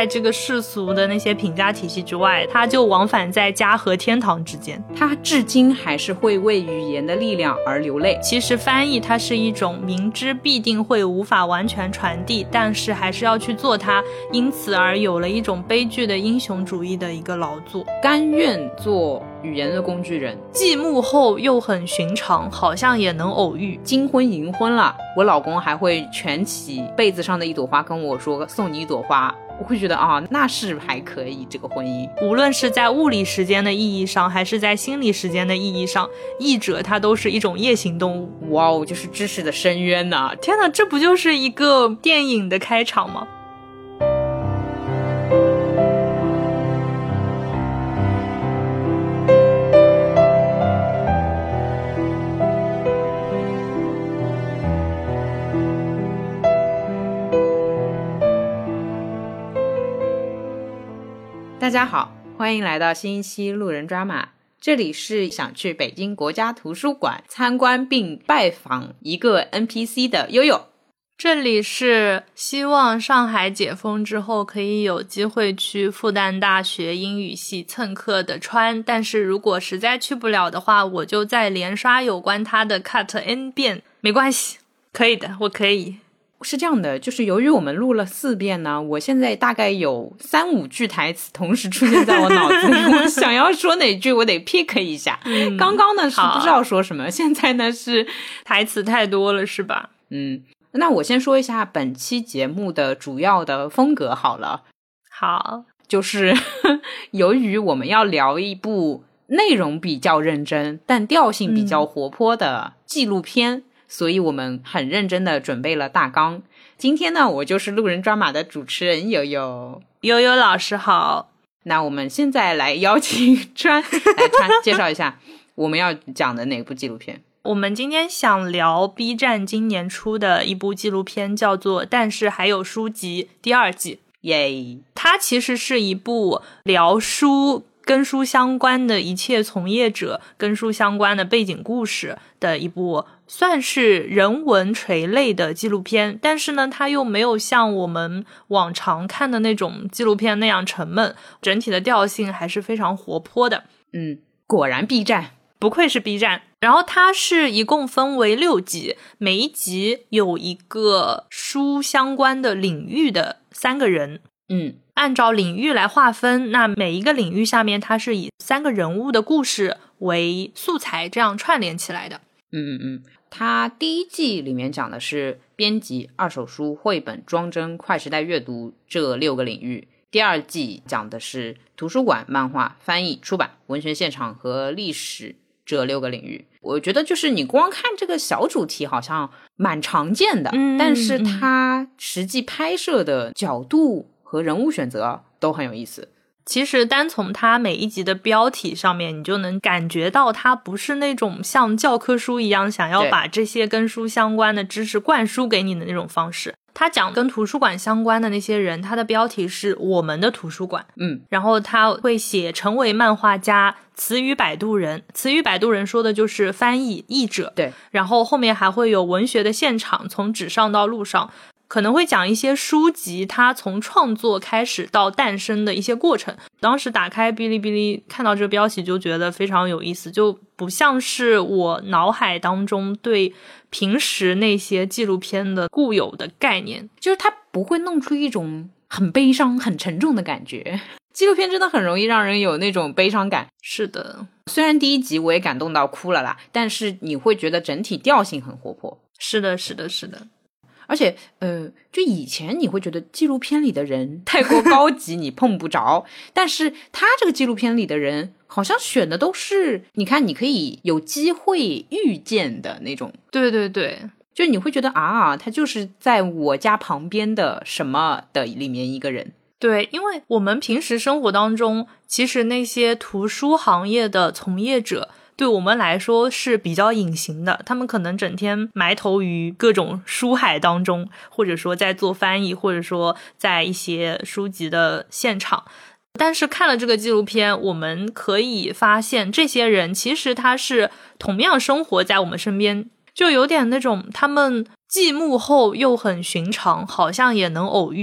在这个世俗的那些评价体系之外，他就往返在家和天堂之间。 他至今还是会为语言的力量而流泪。 其实翻译它是一种明知必定会无法完全传递，但是还是要去做它，因此而有了一种悲剧的英雄主义的一个劳作， 甘愿做语言的工具人， 既幕后又很寻常，好像也能偶遇。 金婚银婚了，我老公还会卷起被子上的一朵花跟我说送你一朵花，我会觉得啊，那是还可以，这个婚姻无论是在物理时间的意义上，还是在心理时间的意义上，译者他都是一种夜行动物。 哇哦，就是知识的深渊呐！ 天哪，这不就是一个电影的开场吗？ 大家好，欢迎来到新一期路人抓马，这里是想去北京国家图书馆参观并拜访一个 NPC 的悠悠， 这里是希望上海解封之后可以有机会去复旦大学英语系蹭课的川，但是如果实在去不了的话，我就再连刷有关他的 cut n 遍，没关系，可以的，我可以。 是这样的，就是由于我们录了4遍呢，我现在大概有3-5句台词同时出现在我脑子里，我想要说哪句我得 pick 一下。刚刚呢是不知道说什么，现在呢是台词太多了是吧？ 那我先说一下本期节目的主要的风格好了。 好， 就是由于我们要聊一部内容比较认真但调性比较活泼的纪录片，所以我们很认真的准备了大纲。今天呢，我就是路人抓马的主持人悠悠。 悠悠老师好。 那我们现在来邀请川介绍一下我们要讲的哪部纪录片。 我们今天想聊 B 站今年出的一部纪录片，叫做《但是还有书籍》第2季。 耶！ 它其实是一部聊书跟书相关的一切从业者跟书相关的背景故事的一部算是人文垂类的纪录片，但是呢它又没有像我们往常看的那种纪录片那样沉闷，整体的调性还是非常活泼的。 果然 B 站， 不愧是 B 站。然后它是一共分为6集，每一集有一个书相关的领域的3个人。按照领域来划分，那每一个领域下面它是以3个人物的故事为素材，这样串联起来的。 它第1季里面讲的是编辑、二手书、绘本、装帧、快时代阅读这6个领域。第2季讲的是图书馆、漫画、翻译、出版、文学现场和历史这6个领域。我觉得就是你光看这个小主题好像蛮常见的，但是它实际拍摄的角度和人物选择都很有意思。 其实单从它每一集的标题上面，你就能感觉到它不是那种像教科书一样想要把这些跟书相关的知识灌输给你的那种方式。他讲跟图书馆相关的那些人，他的标题是我们的图书馆。然后他会写成为漫画家、词语摆渡人。词语摆渡人说的就是翻译、译者。 对， 然后后面还会有文学的现场，从纸上到路上。可能会讲一些书籍它从创作开始到诞生的一些过程。当时打开哔哩哔哩看到这个标题就觉得非常有意思，就不像是我脑海当中对平时那些纪录片的固有的概念， 就是它不会弄出一种很悲伤很沉重的感觉。纪录片真的很容易让人有那种悲伤感。 是的， 虽然第1集我也感动到哭了啦，但是你会觉得整体调性很活泼。 是的是的是的。 而且就以前你会觉得纪录片里的人太过高级你碰不着，但是他这个纪录片里的人好像选的都是你看你可以有机会遇见的那种。 对对对， 就你会觉得啊，他就是在我家旁边的什么的里面一个人。 对，因为我们平时生活当中其实那些图书行业的从业者对我们来说是比较隐形的，他们可能整天埋头于各种书海当中，或者说在做翻译，或者说在一些书籍的现场。但是看了这个纪录片，我们可以发现这些人其实他是同样生活在我们身边，就有点那种他们既幕后又很寻常，好像也能偶遇。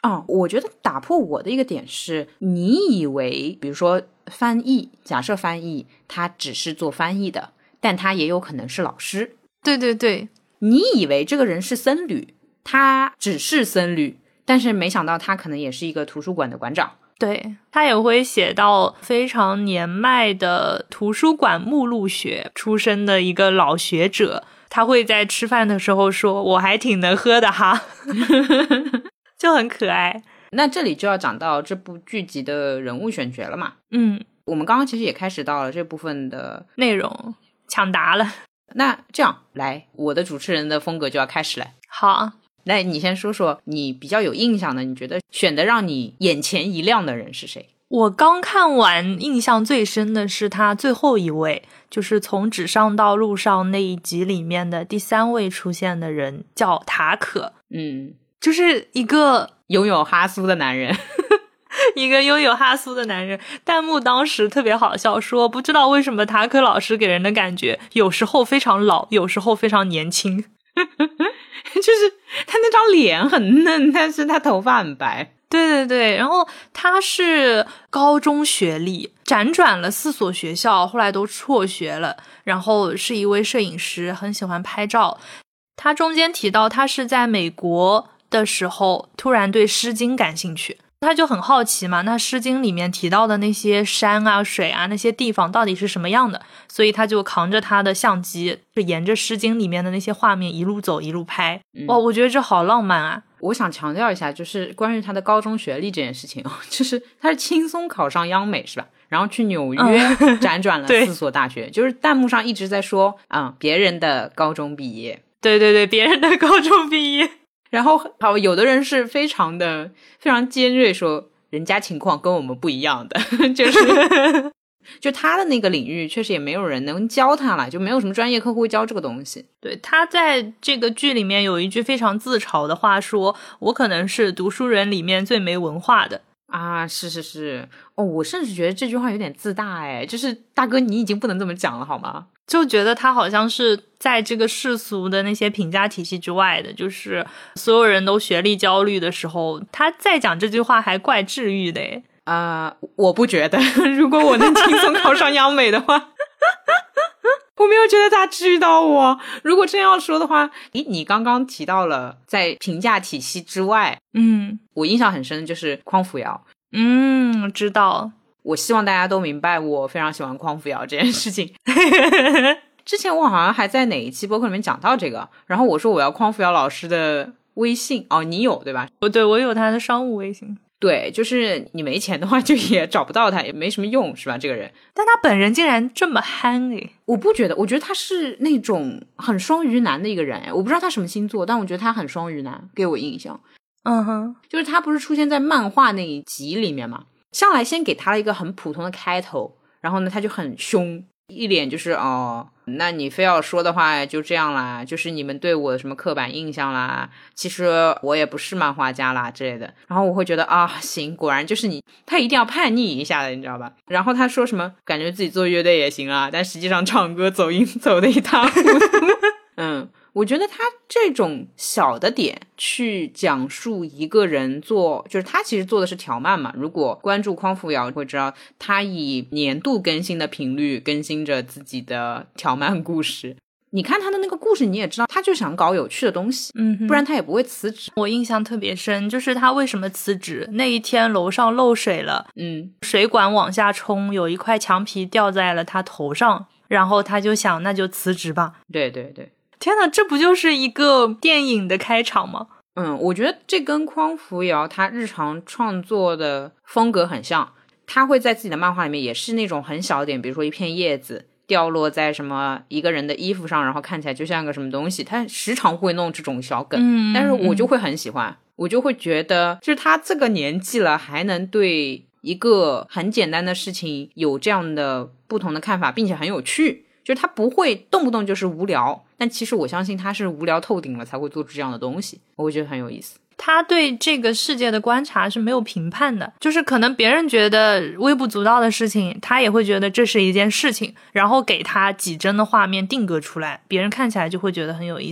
我觉得打破我的一个点是，你以为比如说翻译，假设翻译他只是做翻译的，但他也有可能是老师。 对对对， 你以为这个人是僧侣，他只是僧侣，但是没想到他可能也是一个图书馆的馆长。 对，他也会写到非常年迈的图书馆目录学出身的一个老学者，他会在吃饭的时候说我还挺能喝的哈就很可爱。 那这里就要讲到这部剧集的人物选角了嘛。我们刚刚其实也开始到了这部分的内容，抢答了。 那这样来，我的主持人的风格就要开始了。 好， 来，你先说说你比较有印象的，你觉得选的让你眼前一亮的人是谁？ 我刚看完印象最深的是他最后一位，就是从纸上到路上那一集里面的第3位出现的人，叫塔可。就是一个拥有哈苏的男人一个拥有哈苏的男人。弹幕当时特别好笑，说不知道为什么塔可老师给人的感觉有时候非常老，有时候非常年轻就是他那张脸很嫩，但是他头发很白。 对对对，然后他是高中学历，辗转了4所学校，后来都辍学了，然后是一位摄影师，很喜欢拍照。他中间提到他是在美国的时候突然对诗经感兴趣，他就很好奇嘛，那诗经里面提到的那些山啊水啊那些地方到底是什么样的，所以他就扛着他的相机，就沿着诗经里面的那些画面一路走一路拍。哇，我觉得这好浪漫啊。 我想强调一下，就是关于他的高中学历这件事情，就是他是轻松考上央美是吧，然后去纽约辗转了4所大学就是弹幕上一直在说别人的高中毕业。 对对对，别人的高中毕业。 然后好，有的人是非常尖锐说人家情况跟我们不一样的就他的那个领域确实也没有人能教他了，就没有什么专业课会教这个东西。 对，他在这个剧里面有一句非常自嘲的话，说我可能是读书人里面最没文化的啊。是我甚至觉得这句话有点自大就是大哥你已经不能这么讲了好吗？ 就觉得他好像是在这个世俗的那些评价体系之外的，就是所有人都学历焦虑的时候，他再讲这句话还怪治愈的我不觉得如果我能轻松考上央美的话我没有觉得他治愈到我。如果真要说的话，你刚刚提到了在评价体系之外，我印象很深的就是匡扶摇。 知道。 我希望大家都明白我非常喜欢匡扶摇这件事情之前我好像还在哪一期播客里面讲到这个，然后我说我要匡扶摇老师的微信。你有对吧？ 对，我有他的商务微信。 对，就是你没钱的话就也找不到他，也没什么用是吧这个人。 但他本人竟然这么憨我不觉得，我觉得他是那种很双鱼男的一个人我不知道他什么星座，但我觉得他很双鱼男给我印象。就是他不是出现在漫画那一集里面嘛，上来先给他了一个很普通的开头，然后呢他就很凶，一脸就是那你非要说的话就这样啦，就是你们对我的什么刻板印象啦，其实我也不是漫画家啦之类的。然后我会觉得行，果然就是你，他一定要叛逆一下的你知道吧。然后他说什么感觉自己做乐队也行啊，但实际上唱歌走音走得一塌糊涂我觉得他这种小的点去讲述一个人就是他其实做的是条漫嘛，如果关注匡扶摇会知道他以年度更新的频率更新着自己的条漫故事。你看他的那个故事你也知道他就想搞有趣的东西，不然他也不会辞职。 我印象特别深，就是他为什么辞职，那一天楼上漏水了，水管往下冲，有一块墙皮掉在了他头上，然后他就想那就辞职吧。 对对对， 天哪，这不就是一个电影的开场吗？ 我觉得这跟匡扶摇他日常创作的风格很像，他会在自己的漫画里面也是那种很小的点，比如说一片叶子掉落在什么一个人的衣服上，然后看起来就像个什么东西，他时常会弄这种小梗，但是我就会很喜欢，我就会觉得就是他这个年纪了还能对一个很简单的事情有这样的不同的看法，并且很有趣，就是他不会动不动就是无聊，但其实我相信他是无聊透顶了才会做出这样的东西，我觉得很有意思。 他对这个世界的观察是没有评判的，就是可能别人觉得微不足道的事情，他也会觉得这是一件事情，然后给他几帧的画面定格出来，别人看起来就会觉得很有意思。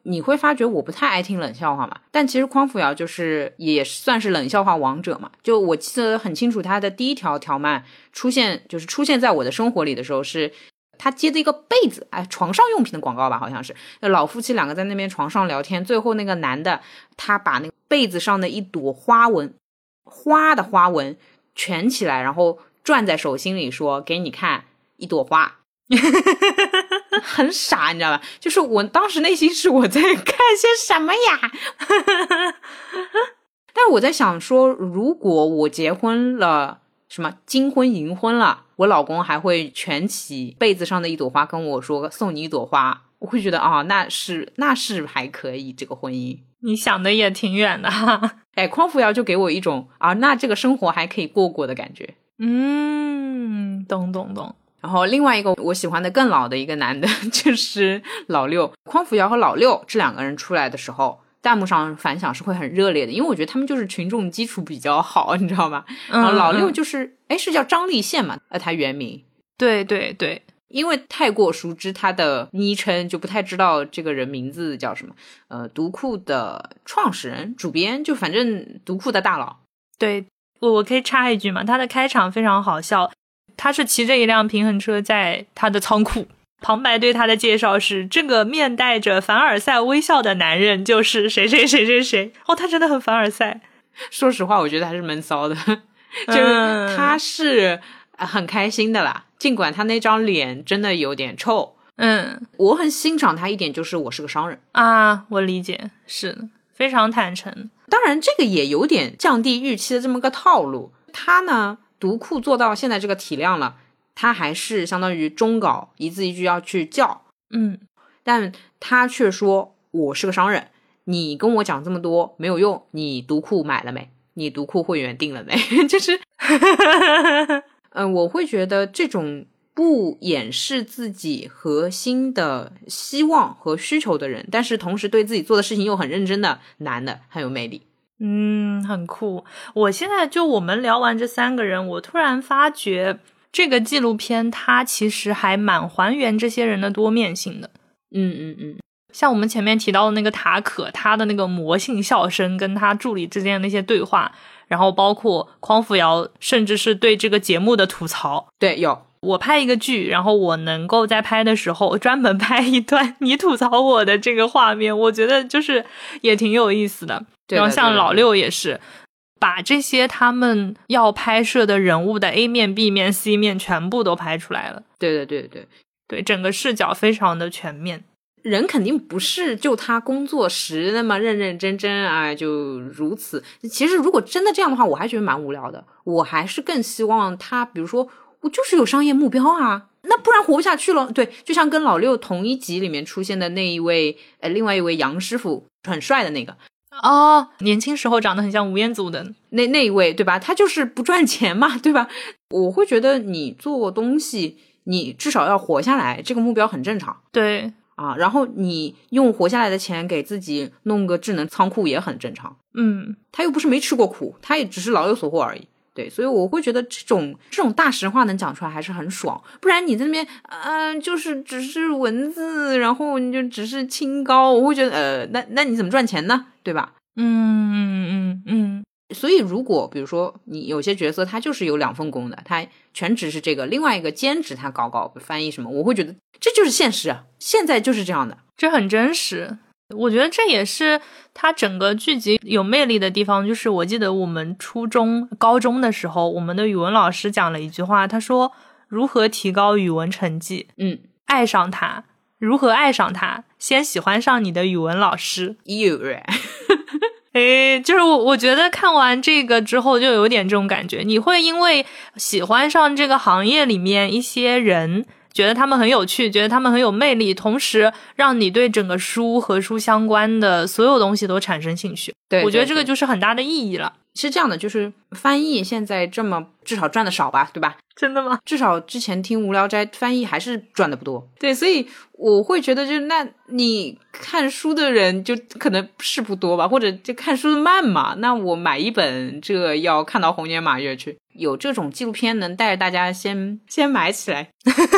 你会发觉我不太爱听冷笑话嘛，但其实匡扶摇就是也算是冷笑话王者嘛。就我记得很清楚，他的第一条条漫出现在我的生活里的时候，是他接的一个被子，床上用品的广告吧，好像是老夫妻两个在那边床上聊天，最后那个男的他把那个被子上的一朵花的花纹圈起来，然后攥在手心里说给你看一朵花。很傻，你知道吧？就是我当时内心是我在看些什么呀？但是我在想说，如果我结婚了，什么金婚银婚了，我老公还会卷起被子上的一朵花跟我说送你一朵花，我会觉得那是还可以，这个婚姻。 你想的也挺远的哈。 匡扶摇就给我一种那这个生活还可以过的感觉。 懂。 然后另外一个我喜欢的更老的一个男的就是老六，匡扶摇和老六这两个人出来的时候，弹幕上反响是会很热烈的，因为我觉得他们就是群众基础比较好，你知道吗？然后老六就是是叫张立宪嘛，他原名。 对， 因为太过熟知他的昵称，就不太知道这个人名字叫什么。读库的创始人、主编，就反正读库的大佬。 对，我可以插一句嘛，他的开场非常好笑，他是骑着一辆平衡车在他的仓库，旁白对他的介绍是这个面带着凡尔赛微笑的男人就是谁谁谁谁谁。他真的很凡尔赛。 说实话我觉得还是闷骚的，就是他是很开心的啦，尽管他那张脸真的有点臭。我很欣赏他一点就是我是个商人我理解，是非常坦诚。 当然这个也有点降低预期的这么个套路。他呢读库做到现在这个体量了，他还是相当于中稿一字一句要去校。但他却说我是个商人，你跟我讲这么多没有用，你读库买了没？你读库会员订了没？就是我会觉得这种不掩饰自己核心的希望和需求的人，但是同时对自己做的事情又很认真的男的很有魅力。 很酷。我现在就我们聊完这三个人，我突然发觉这个纪录片它其实还蛮还原这些人的多面性的。像我们前面提到的那个塔可，他的那个魔性笑声跟他助理之间的那些对话，然后包括匡扶摇甚至是对这个节目的吐槽。 对，有我拍一个剧，然后我能够在拍的时候专门拍一段你吐槽我的这个画面，我觉得就是也挺有意思的。然后像老六也是把这些他们要拍摄的人物的 A 面 B 面 C 面全部都拍出来了。对，整个视角非常的全面。 人肯定不是就他工作时那么认认真真就如此。其实如果真的这样的话，我还觉得蛮无聊的。我还是更希望他比如说我就是有商业目标那不然活不下去了。对，就像跟老六同一集里面出现的那一位另外一位杨师傅很帅的那个年轻时候长得很像吴彦祖的那一位，对吧？他就是不赚钱嘛，对吧？我会觉得你做东西你至少要活下来，这个目标很正常。 对然后你用活下来的钱给自己弄个智能仓库也很正常。他又不是没吃过苦，他也只是老有所获而已。对，所以我会觉得这种大实话能讲出来还是很爽，不然你在那边就是只是文字，然后你就只是清高，我会觉得那你怎么赚钱呢？对吧？所以如果比如说你有些角色他就是有2份工的，他全职是这个，另外一个兼职他搞翻译什么，我会觉得这就是现实现在就是这样的， 这很真实。我觉得这也是它整个剧集有魅力的地方，就是我记得我们初中高中的时候，我们的语文老师讲了一句话，他说如何提高语文成绩，爱上他。如何爱上他？先喜欢上你的语文老师。就是我觉得看完这个之后就有点这种感觉，你会因为喜欢上这个行业里面一些人，觉得他们很有趣，觉得他们很有魅力，同时让你对整个书和书相关的所有东西都产生兴趣。 对， 我觉得这个就是很大的意义了。 是这样的，就是翻译现在这么至少赚的少吧，对吧？ 真的吗？ 至少之前听无聊斋翻译还是赚的不多。对，所以我会觉得那你看书的人就可能是不多吧，或者就看书的慢嘛，那我买一本这要看到猴年马月去。有这种纪录片能带着大家先买起来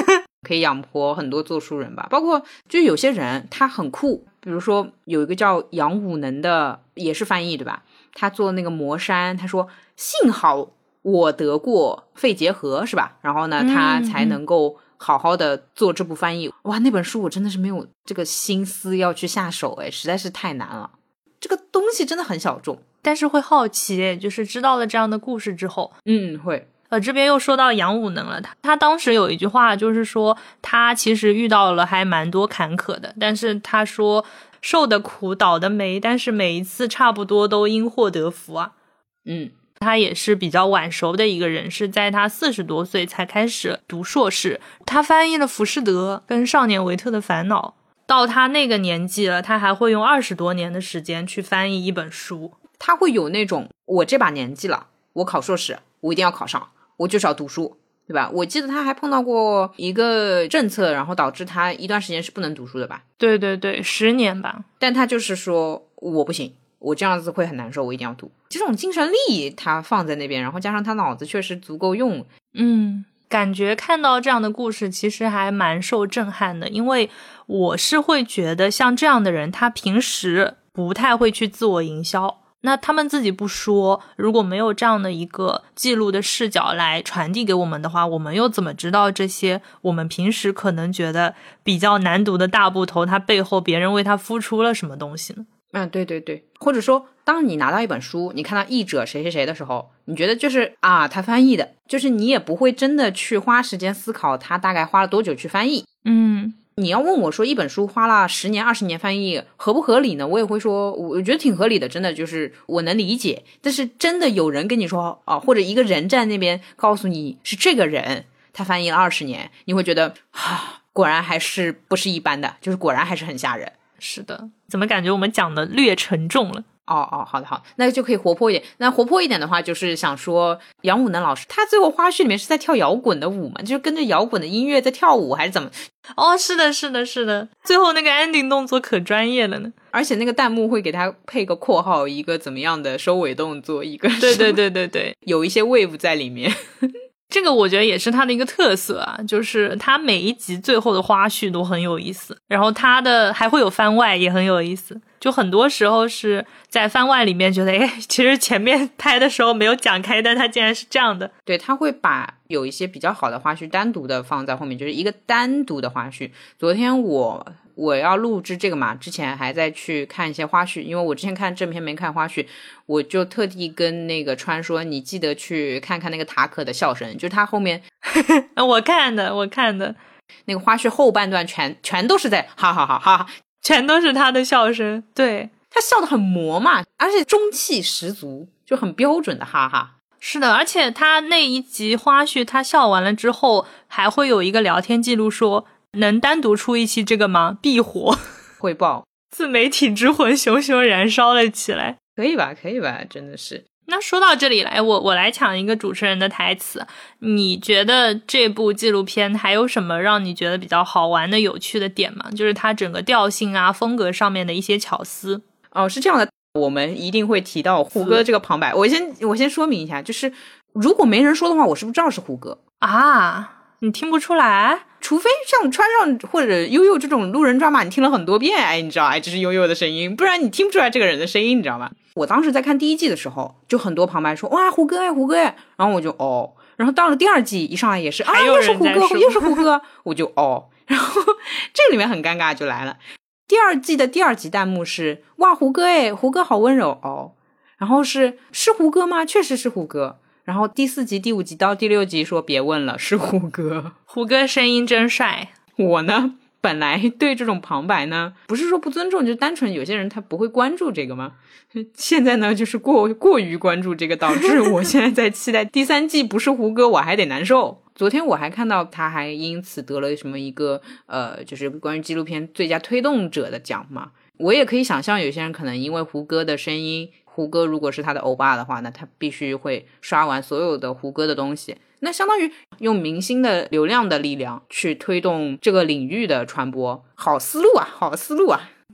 可以养活很多做书人吧。包括就有些人他很酷，比如说有一个叫杨武能的，也是翻译对吧，他做那个魔山，他说幸好我得过肺结核是吧，然后呢他才能够好好的做这部翻译。哇，那本书我真的是没有这个心思要去下手，实在是太难了，这个东西真的很小众。 但是会好奇，就是知道了这样的故事之后会这边又说到杨武能了，他当时有一句话就是说他其实遇到了还蛮多坎坷的，但是他说受的苦倒的霉，但是每一次差不多都因祸得福啊。他也是比较晚熟的一个人，是在他40多岁才开始读硕士。他翻译了浮士德跟少年维特的烦恼，到他那个年纪了，他还会用20多年的时间去翻译一本书。 他会有那种我这把年纪了，我考硕士我一定要考上，我就是要读书，对吧？我记得他还碰到过一个政策，然后导致他一段时间是不能读书的吧。 对对对，10年吧。 但他就是说我不行，我这样子会很难受，我一定要读。这种精神力他放在那边，然后加上他脑子确实足够用。 感觉看到这样的故事其实还蛮受震撼的，因为我是会觉得像这样的人他平时不太会去自我营销，那他们自己不说，如果没有这样的一个记录的视角来传递给我们的话，我们又怎么知道这些我们平时可能觉得比较难读的大部头，他背后别人为他付出了什么东西呢？ 对对对，或者说当你拿到一本书，你看到译者谁谁谁的时候，你觉得就是他翻译的，就是你也不会真的去花时间思考他大概花了多久去翻译。你要问我说一本书花了10年20年翻译合不合理呢，我也会说我觉得挺合理的，真的就是我能理解。但是真的有人跟你说或者一个人站那边告诉你是这个人他翻译了20年，你会觉得果然还是不是一般的，就是果然还是很吓人。 是的，怎么感觉我们讲的略沉重了？ 好的好，那就可以活泼一点。那活泼一点的话，就是想说杨武能老师他最后花絮里面是在跳摇滚的舞嘛，就是跟着摇滚的音乐在跳舞还是怎么？ 是的是的是的，最后那个 ending 动作可专业了呢， 而且那个弹幕会给他配个括号，一个怎么样的收尾动作，一个对对对对对， 有一些 wave 在里面。 这个我觉得也是他的一个特色啊，就是他每一集最后的花絮都很有意思，然后他的还会有番外也很有意思，就很多时候是在番外里面觉得其实前面拍的时候没有讲开，但他竟然是这样的。 对，他会把有一些比较好的花絮单独的放在后面，就是一个单独的花絮。昨天我要录制这个嘛，之前还在去看一些花絮，因为我之前看正片没看花絮，我就特地跟那个川说你记得去看看那个塔可的笑声，就是他后面我看的那个花絮后半段全都是在哈哈哈哈， 全都是他的笑声。对， 他笑得很魔嘛，而且中气十足，就很标准的哈哈。 是的，而且他那一集花絮他笑完了之后还会有一个聊天记录说能单独出一期这个吗？必火汇报， 自媒体之魂熊熊燃烧了起来。 可以吧可以吧，真的是。 那说到这里来，我来抢一个主持人的台词，你觉得这部纪录片还有什么让你觉得比较好玩的有趣的点吗？就是它整个调性啊风格上面的一些巧思。 是这样的，我们一定会提到胡歌这个旁白。我先说明一下，就是如果没人说的话，我是不知道是胡歌啊。你听不出来？ 除非像川上或者悠悠这种路人抓马，你听了很多遍，你知道这是悠悠的声音，不然你听不出来这个人的声音，你知道吗？我当时在看第1季的时候，就很多旁白说哇胡歌然后我就然后到了第2季一上来也是又是胡歌我就然后这个里面很尴尬就来了。第2季的第2集弹幕是哇胡歌胡歌好温柔然后是胡歌吗？确实是胡歌。然后第4集第5集到第6集说别问了，是胡歌。 胡歌声音真帅。 我呢本来对这种旁白呢不是说不尊重，就单纯有些人他不会关注这个吗？现在呢就是过于关注这个，导致我现在在期待第3季不是胡歌我还得难受。昨天我还看到他还因此得了什么一个就是关于纪录片最佳推动者的奖嘛。我也可以想象有些人可能因为胡歌的声音，胡歌如果是他的欧巴的话，那他必须会刷完所有的胡歌的东西，那相当于用明星的流量的力量去推动这个领域的传播。好思路啊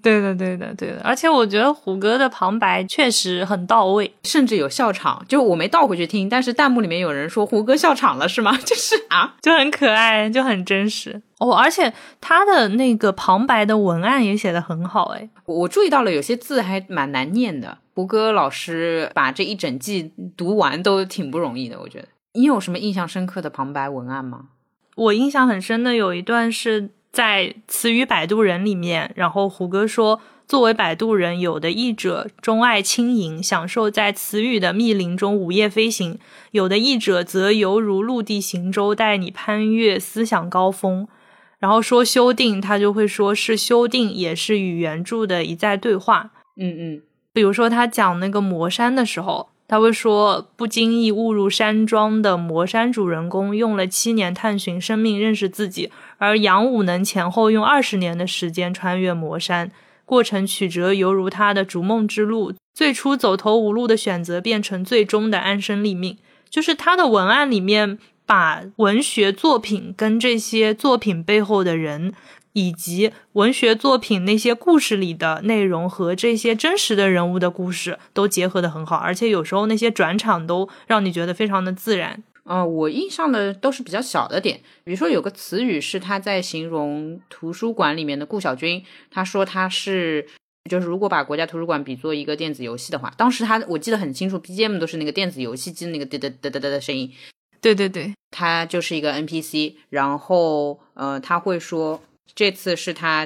对的对的对的，而且我觉得虎哥的旁白确实很到位， 甚至有笑场，就我没倒回去听，但是弹幕里面有人说虎哥笑场了是吗？就是啊， 就很可爱，就很真实哦。而且他的那个旁白的文案也写得很好诶， 我注意到了有些字还蛮难念的，胡歌老师把这一整季读完都挺不容易的，我觉得。你有什么印象深刻的旁白文案吗？ 我印象很深的有一段是在词语摆渡人里面，然后胡歌说，作为摆渡人，有的译者钟爱轻吟，享受在词语的密林中午夜飞行，有的译者则犹如陆地行舟，带你攀越思想高峰。然后说修订，他就会说是修订也是与原著的一再对话。比如说他讲那个魔山的时候，他会说，不经意误入山庄的魔山主人公用了7年探寻生命认识自己，而杨武能前后用20年的时间穿越魔山，过程曲折犹如他的逐梦之路，最初走投无路的选择变成最终的安身立命。就是他的文案里面把文学作品跟这些作品背后的人，以及文学作品那些故事里的内容和这些真实的人物的故事都结合得很好，而且有时候那些转场都让你觉得非常的自然。 我印象的都是比较小的点，比如说有个词语是他在形容图书馆里面的顾小军，他说他是就是如果把国家图书馆比作一个电子游戏的话，当时我记得很清楚 BGM 都是那个电子游戏机那个哒哒哒哒哒的声音。 对对对， 他就是一个 NPC， 然后他会说这次是他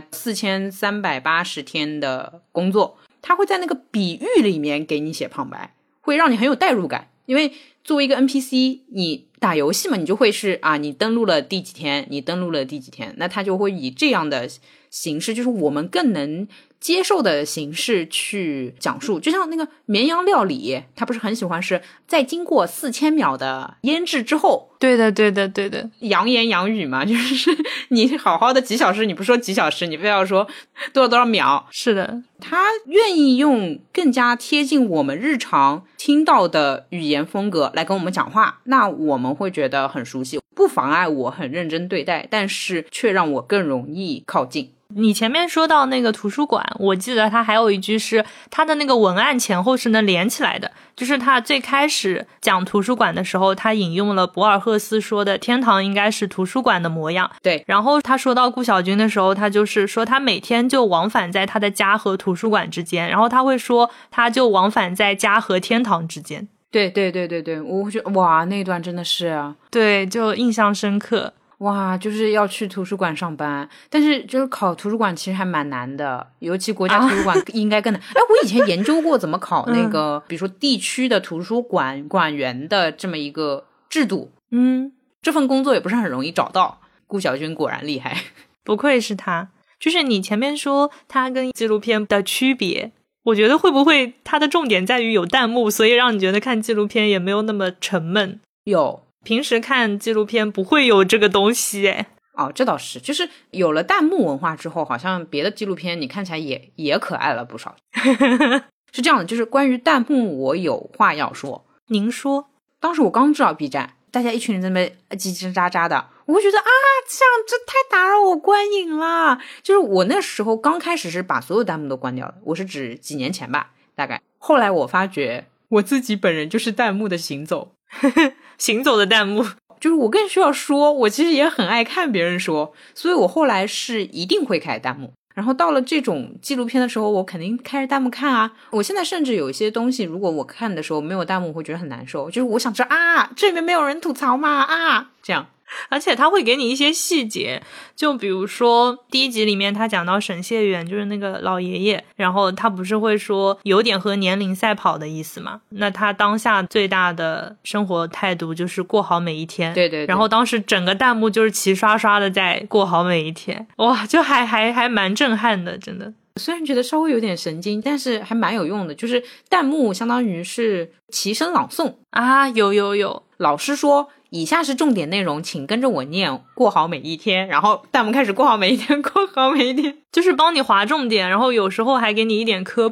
4380天的工作，他会在那个比喻里面给你写旁白，会让你很有代入感。因为作为一个 NPC， 你打游戏嘛，你就会是你登录了第几天，你登录了第几天，那他就会以这样的形式，就是我们更能接受的形式去讲述。就像那个绵羊料理，他不是很喜欢是在经过4000秒的腌制之后， 对的对的对的， 洋言洋语嘛，就是你好好的几小时，你不说几小时，你非要说多少多少秒。 是的， 他愿意用更加贴近我们日常听到的语言风格来跟我们讲话，那我们会觉得很熟悉，不妨碍我很认真对待，但是却让我更容易靠近。 你前面说到那个图书馆，我记得他还有一句是他的那个文案前后是能连起来的，就是他最开始讲图书馆的时候，他引用了博尔赫斯说的天堂应该是图书馆的模样。 对， 然后他说到顾小军的时候，他就是说他每天就往返在他的家和图书馆之间，然后他会说他就往返在家和天堂之间。 对对对对对，我觉得哇，那段真的是对，就印象深刻。 哇，就是要去图书馆上班，但是就是考图书馆其实还蛮难的，尤其国家图书馆应该更难。我以前研究过怎么考那个比如说地区的图书馆馆员的这么一个制度。这份工作也不是很容易找到。顾小军果然厉害， 不愧是他。就是你前面说他跟纪录片的区别，我觉得会不会他的重点在于有弹幕，所以让你觉得看纪录片也没有那么沉闷。 有平时看纪录片不会有这个东西这倒是，就是有了弹幕文化之后，好像别的纪录片你看起来也可爱了不少。是这样的，就是关于弹幕我有话要说。 您说。 当时我刚知道 B 站，大家一群人在那边叽叽喳喳的，我会觉得这太打扰我观影了。就是我那时候刚开始是把所有弹幕都关掉的，我是指几年前吧，大概。后来我发觉我自己本人就是弹幕的行走。 行走的弹幕， 就是我更需要说，我其实也很爱看别人说，所以我后来是一定会开弹幕。然后到了这种纪录片的时候，我肯定开着弹幕看啊。我现在甚至有一些东西，如果我看的时候没有弹幕，我会觉得很难受，就是我想知道这里面没有人吐槽吗？这样。 而且他会给你一些细节，就比如说第一集里面他讲到沈燮远，就是那个老爷爷，然后他不是会说有点和年龄赛跑的意思嘛，那他当下最大的生活态度就是过好每一天。 对对对。 然后当时整个弹幕就是齐刷刷的在过好每一天，哇，就还蛮震撼的，真的。 虽然觉得稍微有点神经，但是还蛮有用的，就是弹幕相当于是齐声朗诵有老师说以下是重点内容，请跟着我念，过好每一天，然后弹幕开始过好每一天，过好每一天， 就是帮你划重点，然后有时候还给你一点科普。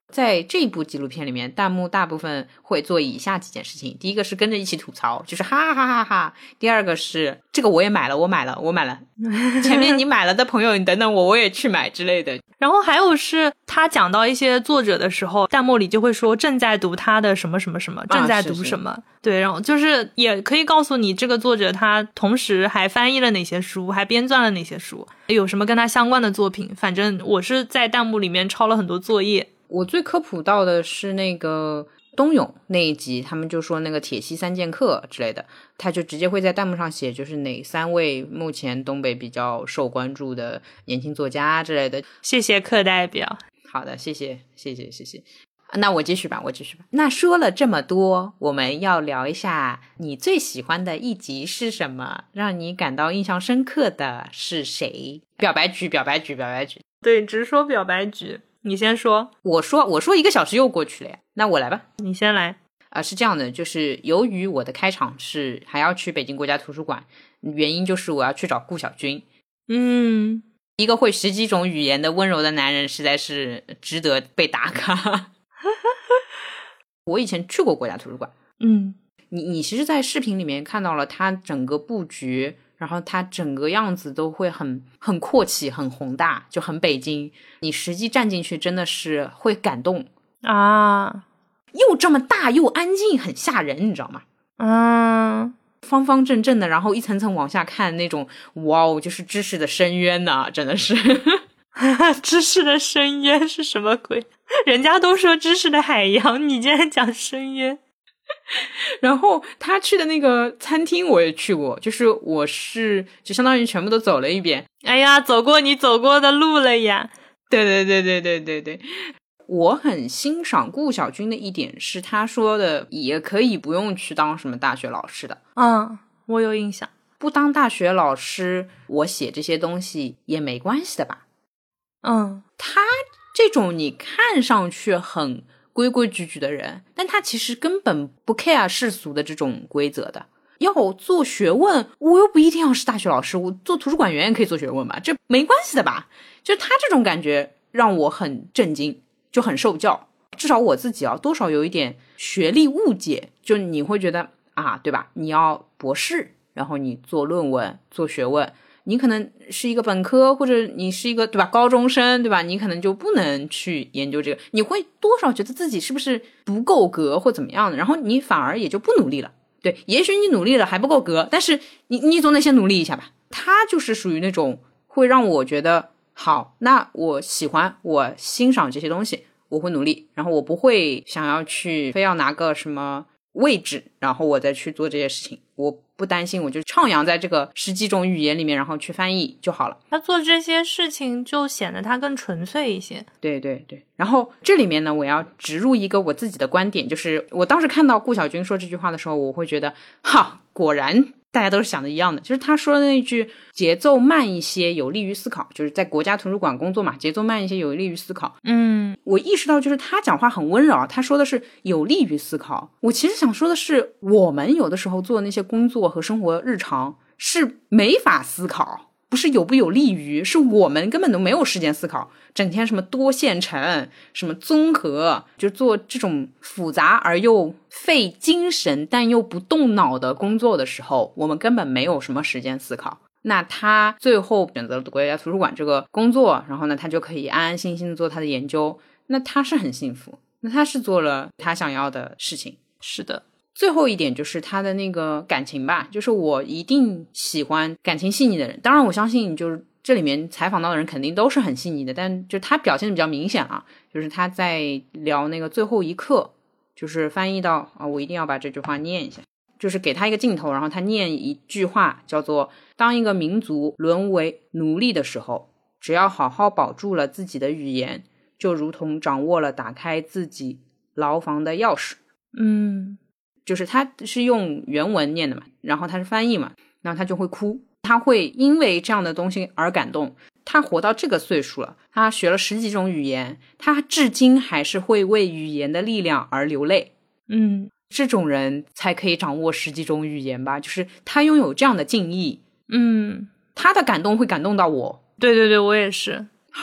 在这部纪录片里面，弹幕大部分会做以下几件事情。第一个是跟着一起吐槽，就是哈哈哈哈。第二个是这个我也买了，我买了。前面你买了的朋友，你等等我也去买之类的。 然后还有是他讲到一些作者的时候，弹幕里就会说正在读他的什么什么什么，正在读什么。对，然后就是也可以告诉你这个作者他同时还翻译了哪些书，还编撰了哪些书，有什么跟他相关的作品。反正我是在弹幕里面抄了很多作业。 我最科普到的是那个冬泳那一集，他们就说那个铁西三剑客之类的，他就直接会在弹幕上写就是哪3位目前东北比较受关注的年轻作家之类的。 谢谢课代表。 好的，谢谢。那我继续吧。那说了这么多，我们要聊一下你最喜欢的一集是什么，让你感到印象深刻的是谁？表白局。 对，直说表白局。你先说。 我说1个小时又过去了呀，那我来吧。 你先来。 是这样的，就是由于我的开场是还要去北京国家图书馆，原因就是我要去找顾晓军。一个会10几种语言的温柔的男人实在是值得被打卡。我以前去过国家图书馆。你其实在视频里面看到了它整个布局，然后它整个样子都会很阔气，很宏大，就很北京。你实际站进去真的是会感动啊， 又这么大又安静，很吓人，你知道吗？方方正正的，然后一层层往下看那种，哇哦，就是知识的深渊呐，真的是。 知识的深渊是什么鬼？人家都说知识的海洋，你竟然讲深渊。 然后他去的那个餐厅我也去过，就是就相当于全部都走了一遍。 哎呀，走过你走过的路了呀。 对。我很欣赏顾晓军的一点是他说的也可以不用去当什么大学老师的。 我有印象。 不当大学老师，我写这些东西也没关系的吧。他这种你看上去很规规矩矩的人，但他其实根本不 care 世俗的这种规则的。要做学问，我又不一定要是大学老师，我做图书馆员也可以做学问吧，这没关系的吧。就他这种感觉让我很震惊，就很受教。至少我自己多少有一点学历误解，就你会觉得对吧，你要博士，然后你做论文做学问，你可能是一个本科，或者你是一个对吧高中生，对吧，你可能就不能去研究这个，你会多少觉得自己是不是不够格或怎么样的，然后你反而也就不努力了。对，也许你努力了还不够格，但是你总得先努力一下吧。他就是属于那种会让我觉得好，那我喜欢我欣赏这些东西，我会努力，然后我不会想要去非要拿个什么位置然后我再去做这些事情，我不担心，我就徜徉在这个10几种语言里面，然后去翻译就好了。 他做这些事情就显得他更纯粹一些。 对。然后这里面呢，我要植入一个我自己的观点，就是我当时看到顾晓军说这句话的时候，我会觉得果然大家都是想的一样的，就是他说的那句节奏慢一些有利于思考，就是在国家图书馆工作嘛，节奏慢一些有利于思考。我意识到就是他讲话很温柔，他说的是有利于思考，我其实想说的是我们有的时候做那些工作和生活日常是没法思考，不是有不有利于，是我们根本都没有时间思考，整天什么多线程什么综合，就做这种复杂而又费精神但又不动脑的工作的时候，我们根本没有什么时间思考。那他最后选择了国家图书馆这个工作，然后呢他就可以安安心心的做他的研究，那他是很幸福，那他是做了他想要的事情。 是的。 最后一点就是他的那个感情吧，就是我一定喜欢感情细腻的人，当然我相信就是这里面采访到的人肯定都是很细腻的，但就他表现的比较明显啊，就是他在聊那个最后一刻，就是翻译到我一定要把这句话念一下，就是给他一个镜头，然后他念一句话，叫做当一个民族沦为奴隶的时候，只要好好保住了自己的语言，就如同掌握了打开自己牢房的钥匙。就是他是用原文念的嘛，然后他是翻译嘛，然后他就会哭，他会因为这样的东西而感动。他活到这个岁数了，他学了10几种语言，他至今还是会为语言的力量而流泪。这种人才可以掌握10几种语言吧，就是他拥有这样的敬意。他的感动会感动到我。 对，我也是。 好，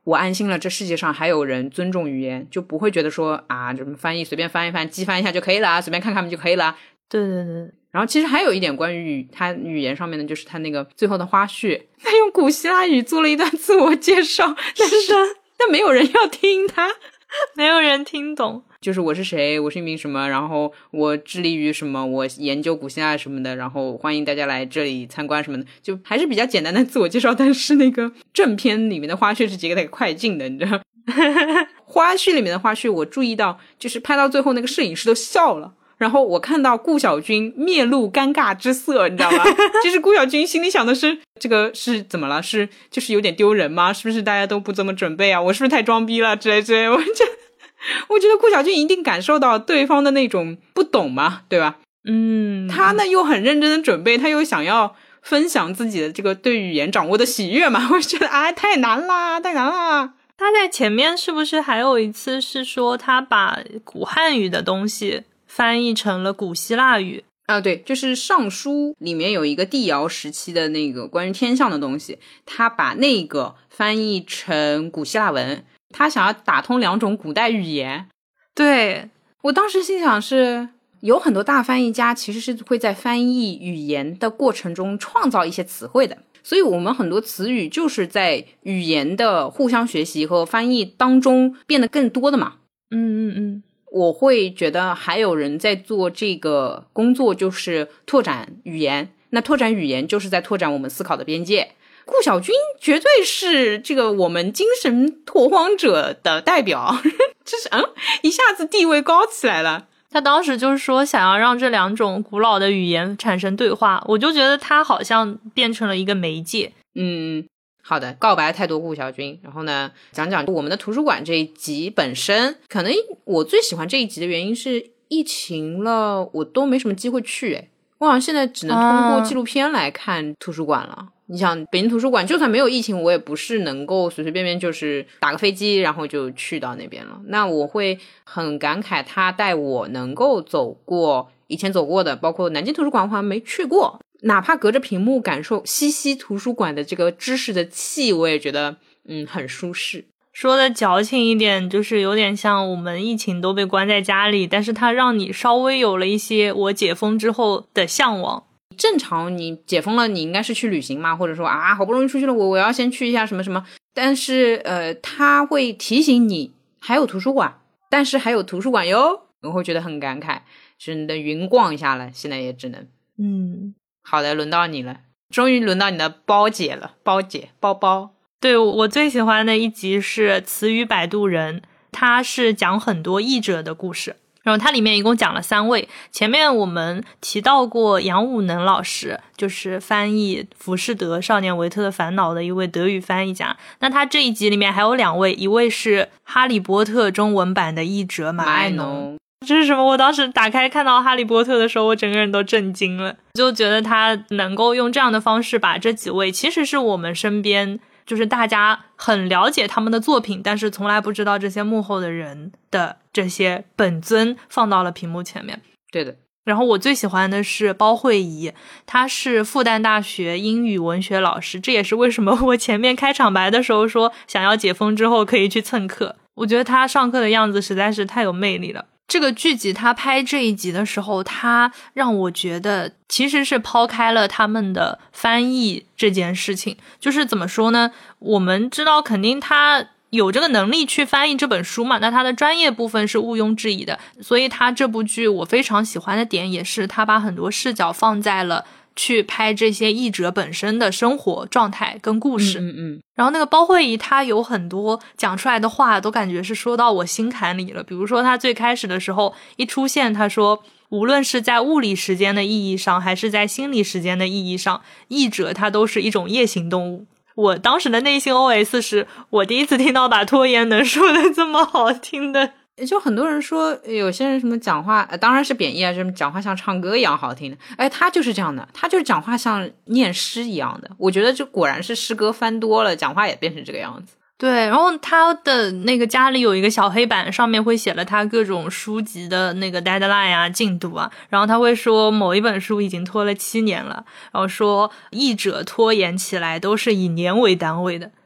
我安心了，这世界上还有人尊重语言，就不会觉得说啊，什么翻译随便翻一翻，机翻一下就可以了，随便看看就可以了。 对对对。 然后其实还有一点关于他语言上面的，就是他那个最后的花絮，他用古希腊语做了一段自我介绍，但没有人要听他， 没有人听懂。 就是我是谁，我是一名什么，然后我致力于什么，我研究古希腊什么的，然后欢迎大家来这里参观什么的，就还是比较简单的自我介绍。但是那个正片里面的花絮是截给他快进的，你知道花絮里面的花絮我注意到，就是拍到最后那个摄影师都笑了，然后我看到顾小军面露尴尬之色，你知道吗？就是顾小军心里想的是，这个是怎么了？是就是有点丢人吗？是不是大家都不这么准备啊？我是不是太装逼了之类之类？我觉得顾小军一定感受到对方的那种不懂嘛，对吧？他呢又很认真的准备，他又想要分享自己的这个对语言掌握的喜悦嘛，我觉得太难啦，太难啦。 他在前面是不是还有一次是说他把古汉语的东西翻译成了古希腊语啊？对，就是尚书里面有一个帝尧时期的那个关于天象的东西，他把那个翻译成古希腊文，他想要打通两种古代语言。 对， 我当时心想是有很多大翻译家其实是会在翻译语言的过程中创造一些词汇的，所以我们很多词语就是在语言的互相学习和翻译当中变得更多的嘛。我会觉得还有人在做这个工作，就是拓展语言，那拓展语言就是在拓展我们思考的边界。顾小军绝对是这个我们精神拓荒者的代表，就是一下子地位高起来了。 他当时就是说想要让这两种古老的语言产生对话，我就觉得他好像变成了一个媒介。 好的，告白太多顾小军，然后呢，讲讲我们的图书馆这一集本身。可能我最喜欢这一集的原因是疫情了，我都没什么机会去，我好像现在只能通过纪录片来看图书馆了。你想北京图书馆就算没有疫情，我也不是能够随随便便就是打个飞机然后就去到那边了。那我会很感慨他带我能够走过以前走过的，包括南京图书馆我好像没去过，哪怕隔着屏幕感受西溪图书馆的这个知识的气，我也觉得很舒适。 说的矫情一点，就是有点像我们疫情都被关在家里，但是它让你稍微有了一些我解封之后的向往。 正常你解封了你应该是去旅行嘛，或者说好不容易出去了，我要先去一下什么什么，但是他会提醒你还有图书馆，但是还有图书馆哟，我会觉得很感慨，真的云逛一下了，现在也只能好的，轮到你了，终于轮到你的包姐了，包姐包包。 对，我最喜欢的一集是词语摆渡人，它是讲很多译者的故事，然后它里面一共讲了3位。前面我们提到过杨武能老师，就是翻译《浮士德少年维特的烦恼》的一位德语翻译家。那他这一集里面还有2位，一位是哈利波特中文版的译者马爱农。这是什么？我当时打开看到哈利波特的时候，我整个人都震惊了，就觉得他能够用这样的方式把这几位其实是我们身边就是大家很了解他们的作品，但是从来不知道这些幕后的人的这些本尊放到了屏幕前面。 对的。 然后我最喜欢的是包慧仪，她是复旦大学英语文学老师，这也是为什么我前面开场白的时候说想要解封之后可以去蹭课。我觉得她上课的样子实在是太有魅力了。这个剧集他拍这一集的时候，他让我觉得其实是抛开了他们的翻译这件事情。就是怎么说呢，我们知道肯定他有这个能力去翻译这本书嘛，那他的专业部分是毋庸置疑的。所以他这部剧我非常喜欢的点也是他把很多视角放在了去拍这些译者本身的生活状态跟故事。然后那个包慧仪她有很多讲出来的话都感觉是说到我心坎里了。比如说她最开始的时候一出现，她说无论是在物理时间的意义上还是在心理时间的意义上，译者他都是一种夜行动物。我当时的内心 OS 是我第一次听到把拖延能说的这么好听的。 就很多人说有些人什么讲话当然是贬义什么讲话像唱歌一样好听的，他就是这样的，他就是讲话像念诗一样的。我觉得这果然是诗歌翻多了，讲话也变成这个样子。 对，然后他的那个家里有一个小黑板，上面会写了他各种书籍的那个 deadline 啊进度啊，然后他会说某一本书已经拖了7年了，然后说译者拖延起来都是以年为单位的。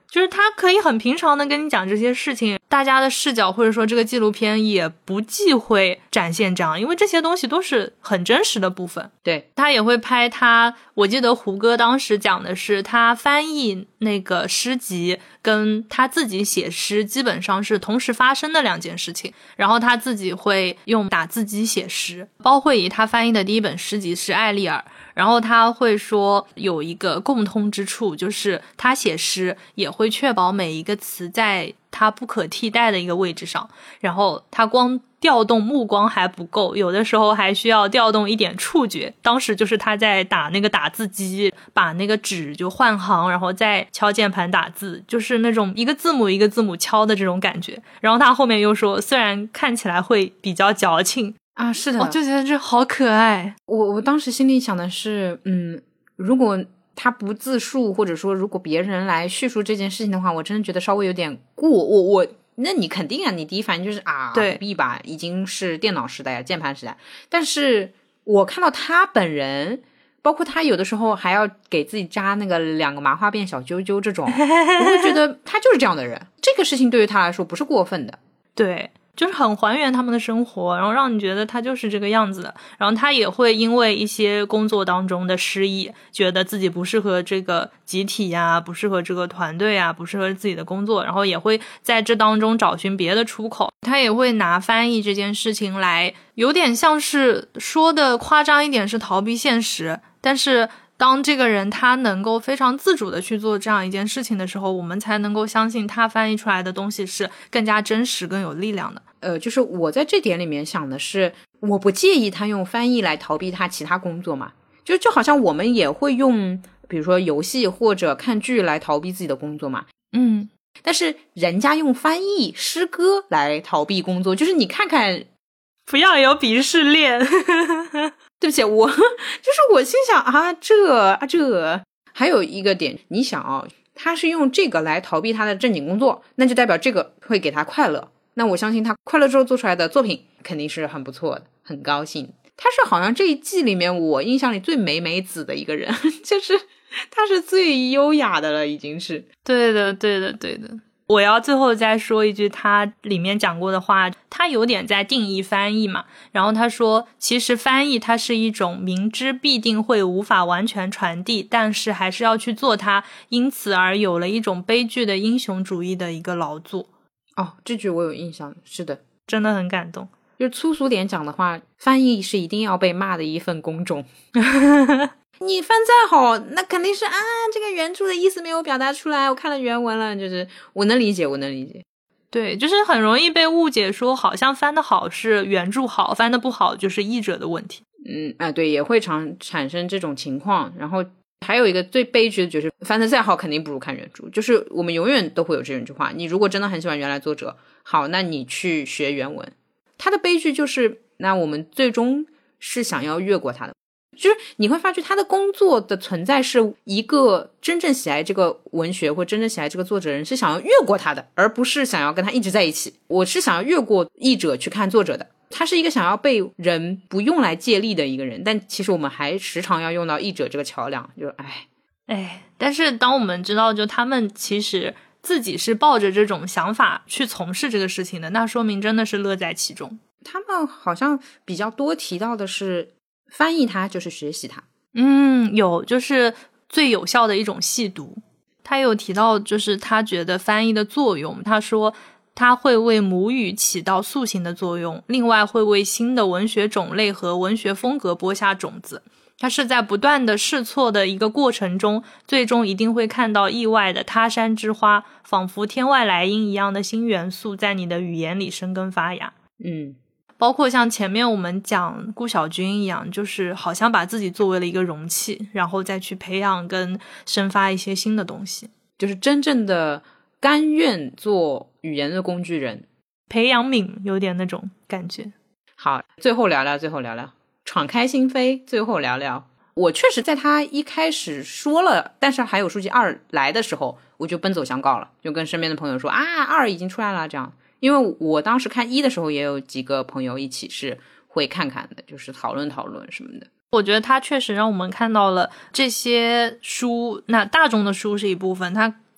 就是他可以很平常的跟你讲这些事情，大家的视角或者说这个纪录片也不忌讳展现这样，因为这些东西都是很真实的部分。 对， 他也会拍他，我记得胡歌当时讲的是他翻译那个诗集跟他自己写诗基本上是同时发生的两件事情，然后他自己会用打字机写诗。包慧仪他翻译的第一本诗集是《艾丽尔》，然后他会说有一个共通之处，就是他写诗也会确保每一个词在他不可替代的一个位置上，然后他光调动目光还不够，有的时候还需要调动一点触觉。当时就是他在打那个打字机，把那个纸就换行，然后再敲键盘打字，就是那种一个字母一个字母敲的这种感觉。然后他后面又说，虽然看起来会比较矫情啊，是的， 我就觉得这好可爱。 我当时心里想的是，如果他不自述，或者说如果别人来叙述这件事情的话，我真的觉得稍微有点过。那你肯定啊，你第一反应就是对， 不必吧，已经是电脑时代了，键盘时代。但是我看到他本人，包括他有的时候还要给自己扎那个2个麻花辫小揪揪这种，我会觉得他就是这样的人。这个事情对于他来说不是过分的。 对，就是很还原他们的生活，然后让你觉得他就是这个样子的。然后他也会因为一些工作当中的失意，觉得自己不适合这个集体呀，不适合这个团队呀，不适合自己的工作，然后也会在这当中找寻别的出口。他也会拿翻译这件事情来，有点像是说的夸张一点是逃避现实，但是当这个人他能够非常自主的去做这样一件事情的时候，我们才能够相信他翻译出来的东西是更加真实更有力量的。 就是我在这点里面想的是，我不介意他用翻译来逃避他其他工作嘛，就好像我们也会用比如说游戏或者看剧来逃避自己的工作嘛。但是人家用翻译诗歌来逃避工作，就是你看看， 不要有鄙视链。 对不起，我心想这还有一个点，你想他是用这个来逃避他的正经工作，那就代表这个会给他快乐，那我相信他快乐之后做出来的作品肯定是很不错的，很高兴。他是好像这一季里面我印象里最美子的一个人，就是他是最优雅的了，已经是。 对的。我要最后再说一句他里面讲过的话，他有点在定义翻译嘛，然后他说其实翻译它是一种明知必定会无法完全传递，但是还是要去做它，因此而有了一种悲剧的英雄主义的一个劳作。 这句我有印象，是的， 真的很感动。 就是粗俗点讲的话，翻译是一定要被骂的一份工种。你翻再好，那肯定是这个原著的意思没有表达出来，我看了原文了，就是我能理解。 对，就是很容易被误解说好像翻得好是原著好，翻得不好就是译者的问题。 对，也会产生这种情况。然后还有一个最悲剧的就是翻得再好肯定不如看原著，就是我们永远都会有这句话，你如果真的很喜欢原来作者，好，那你去学原文。他的悲剧就是那我们最终是想要越过他的，就是你会发觉他的工作的存在是一个真正喜爱这个文学或真正喜爱这个作者人是想要越过他的，而不是想要跟他一直在一起。我是想要越过译者去看作者的，他是一个想要被人不用来借力的一个人，但其实我们还时常要用到译者这个桥梁，就但是当我们知道就他们其实自己是抱着这种想法去从事这个事情的，那说明真的是乐在其中。 他们好像比较多提到的是翻译它就是学习它。 有，就是最有效的一种细读。他有提到就是他觉得翻译的作用，他说它会为母语起到塑形的作用，另外会为新的文学种类和文学风格播下种子。它是在不断的试错的一个过程中，最终一定会看到意外的他山之花，仿佛天外来音一样的新元素在你的语言里生根发芽。包括像前面我们讲顾小军一样，就是好像把自己作为了一个容器，然后再去培养跟生发一些新的东西， 就是真正的甘愿做语言的工具人， 培养皿有点那种感觉。 好，最后聊聊敞开心扉，最后聊聊。我确实在他一开始说了但是还有书籍2来的时候，我就奔走相告了，就跟身边的朋友说2已经出来了这样。因为我当时看1的时候也有几个朋友一起是会看的，就是讨论什么的。 我觉得他确实让我们看到了这些书，那大众的书是一部分，他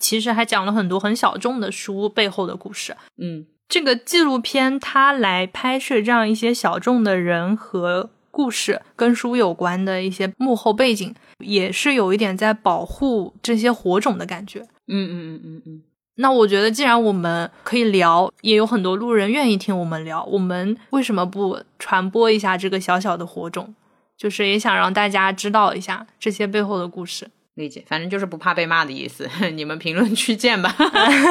其实还讲了很多很小众的书背后的故事。这个纪录片它来拍摄这样一些小众的人和故事跟书有关的一些幕后背景，也是有一点在保护这些火种的感觉。那我觉得既然我们可以聊，也有很多路人愿意听我们聊，我们为什么不传播一下这个小小的火种，就是也想让大家知道一下这些背后的故事。 理解，反正就是不怕被骂的意思，你们评论区见吧。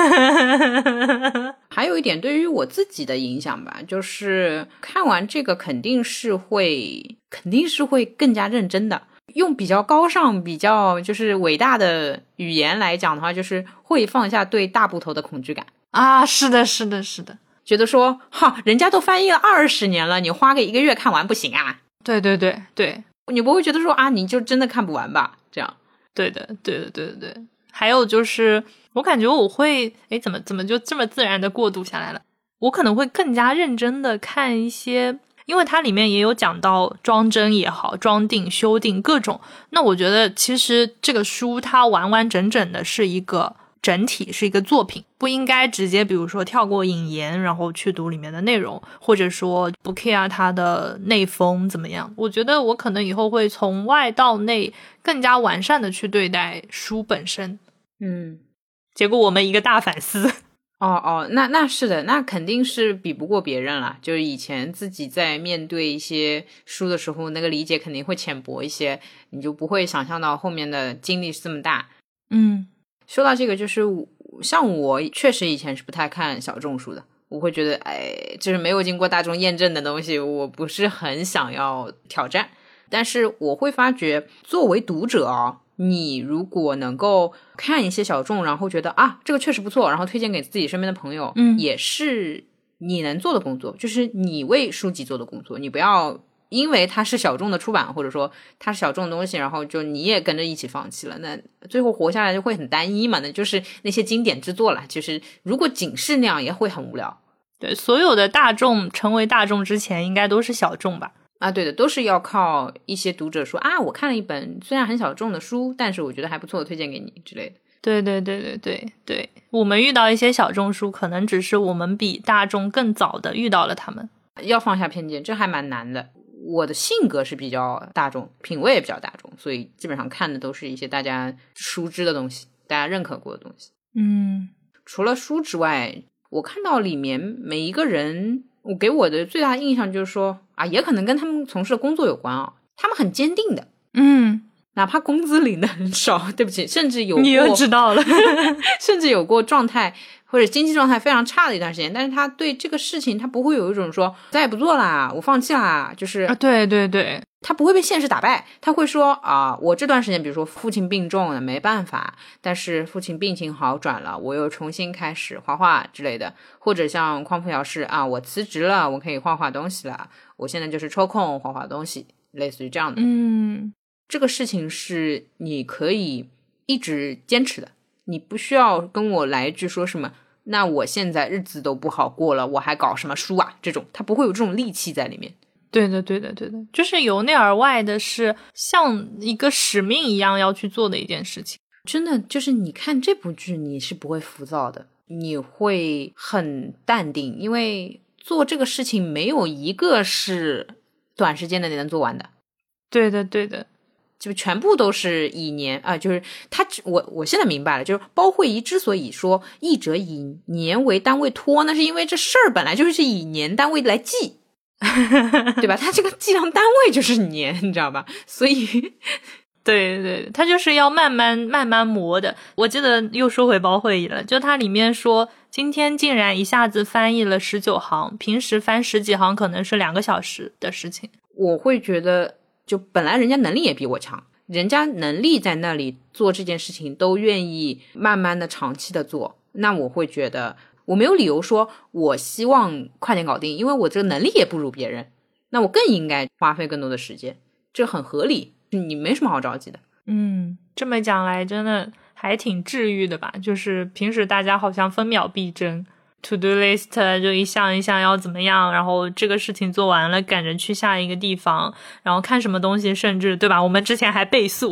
还有一点对于我自己的影响吧，就是看完这个肯定是会更加认真的，用比较高尚比较就是伟大的语言来讲的话，就是会放下对大部头的恐惧感啊。是的觉得说人家都翻译了20年了，你花个1个月看完不行啊。 对， 你不会觉得说你就真的看不完吧，这样。 对的。还有就是我感觉我会怎么就这么自然的过渡下来了，我可能会更加认真的看一些，因为它里面也有讲到装帧也好，装订修订各种，那我觉得其实这个书它完完整整的是一个整体，是一个作品，不应该直接比如说跳过引言然后去读里面的内容，或者说不 care 它的内封怎么样。我觉得我可能以后会从外到内更加完善的去对待书本身。结果我们一个大反思。 那是的，那肯定是比不过别人啦，就是以前自己在面对一些书的时候，那个理解肯定会浅薄一些，你就不会想象到后面的经历是这么大。说到这个，就是像我确实以前是不太看小众书的，我会觉得就是没有经过大众验证的东西，我不是很想要挑战。但是我会发觉作为读者你如果能够看一些小众，然后觉得这个确实不错，然后推荐给自己身边的朋友，也是你能做的工作，就是你为书籍做的工作。你不要因为它是小众的出版，或者说它是小众的东西，然后就你也跟着一起放弃了，那最后活下来就会很单一嘛，那就是那些经典之作啦，就是如果仅是那样也会很无聊。 对，所有的大众成为大众之前应该都是小众吧。 对的，都是要靠一些读者说我看了一本虽然很小众的书，但是我觉得还不错，推荐给你之类的。对，我们遇到一些小众书，可能只是我们比大众更早的遇到了他们。要放下偏见，这还蛮难的。我的性格是比较大众，品味也比较大众，所以基本上看的都是一些大家熟知的东西，大家认可过的东西。除了书之外，我看到里面每一个人，我给我的最大的印象就是说也可能跟他们从事的工作有关他们很坚定的，哪怕工资领的很少，对不起，甚至有过， 你又知道了甚至有过状态或者经济状态非常差的一段时间，但是他对这个事情他不会有一种说再也不做啦，我放弃啦，就是对， 他不会被现实打败，他会说我这段时间比如说父亲病重了没办法，但是父亲病情好转了，我又重新开始画画之类的，或者像匡扶摇是我辞职了，我可以画画东西了，我现在就是抽空画画东西，类似于这样的。这个事情是你可以一直坚持的，你不需要跟我来一句说什么那我现在日子都不好过了，我还搞什么书这种，他不会有这种戾气在里面。 对的，就是由内而外的，是像一个使命一样要去做的一件事情。 真的就是你看这部剧你是不会浮躁的，你会很淡定，因为做这个事情没有一个是短时间的你能做完的。 对的， 就全部都是以年就是他我现在明白了，就是包慧仪之所以说译者以年为单位拖，那是因为这事儿本来就是以年单位来记对吧，他这个计量单位就是年，你知道吧，所以对，他就是要慢慢磨的。我记得又说回包慧仪了，就他里面说今天竟然一下子翻译了19行，平时翻10几行可能是2个小时的事情。 我会觉得就本来人家能力也比我强，人家能力在那里做这件事情都愿意慢慢的长期的做，那我会觉得我没有理由说我希望快点搞定，因为我这个能力也不如别人，那我更应该花费更多的时间，这很合理，你没什么好着急的。 这么讲来真的还挺治愈的吧，就是平时大家好像分秒必争， to do list 就一项一项要怎么样，然后这个事情做完了赶着去下一个地方，然后看什么东西，甚至对吧，我们之前还倍速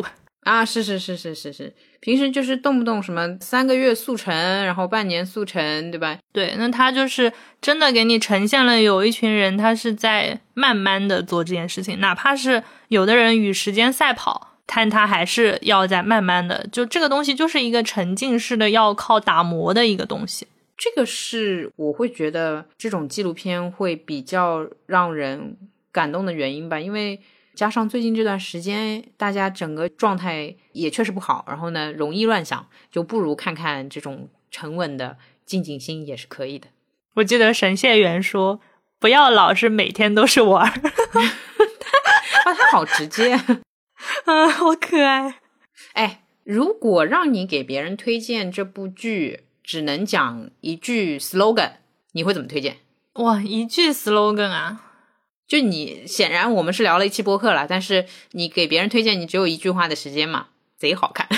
啊，是，平时就是动不动什么3个月速成，然后半年速成，对吧？ 对，那他就是真的给你呈现了有一群人他是在慢慢的做这件事情，哪怕是有的人与时间赛跑，但他还是要在慢慢的，就这个东西就是一个沉浸式的要靠打磨的一个东西。 这个是我会觉得这种纪录片会比较让人感动的原因吧，因为加上最近这段时间大家整个状态也确实不好，然后呢容易乱想，就不如看看这种沉稳的静静心也是可以的。 我记得神谢元说不要老是每天都是玩他好直接好可爱。 哎，如果让你给别人推荐这部剧只能讲一句 slogan， 你会怎么推荐？ 哇，一句 slogan 啊？ 就你显然我们是聊了一期播客了，但是你给别人推荐你只有一句话的时间嘛，贼好看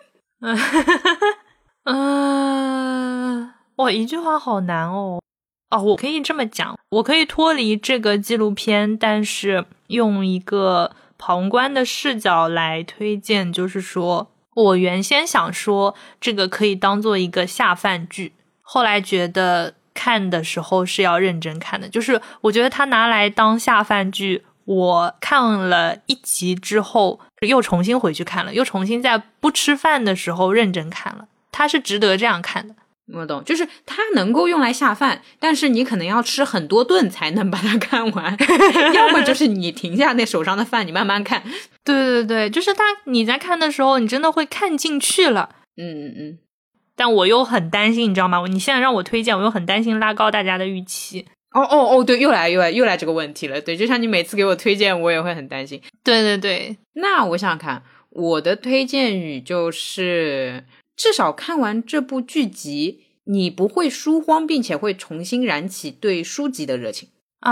哇，一句话好难哦。我可以这么讲，我可以脱离这个纪录片，但是用一个旁观的视角来推荐，就是说我原先想说这个可以当做一个下饭剧，后来觉得看的时候是要认真看的，就是我觉得它拿来当下饭剧，我看了1集之后又重新回去看了，又重新在不吃饭的时候认真看了，它是值得这样看的。 我懂，就是它能够用来下饭，但是你可能要吃很多顿才能把它看完要么就是你停下那手上的饭你慢慢看。 对，就是你在看的时候你真的会看进去了。但我又很担心，你知道吗？你现在让我推荐，我又很担心拉高大家的预期。 对，又来这个问题了。对，就像你每次给我推荐我也会很担心。 对， 那我想想看，我的推荐语就是至少看完这部剧集你不会书荒，并且会重新燃起对书籍的热情。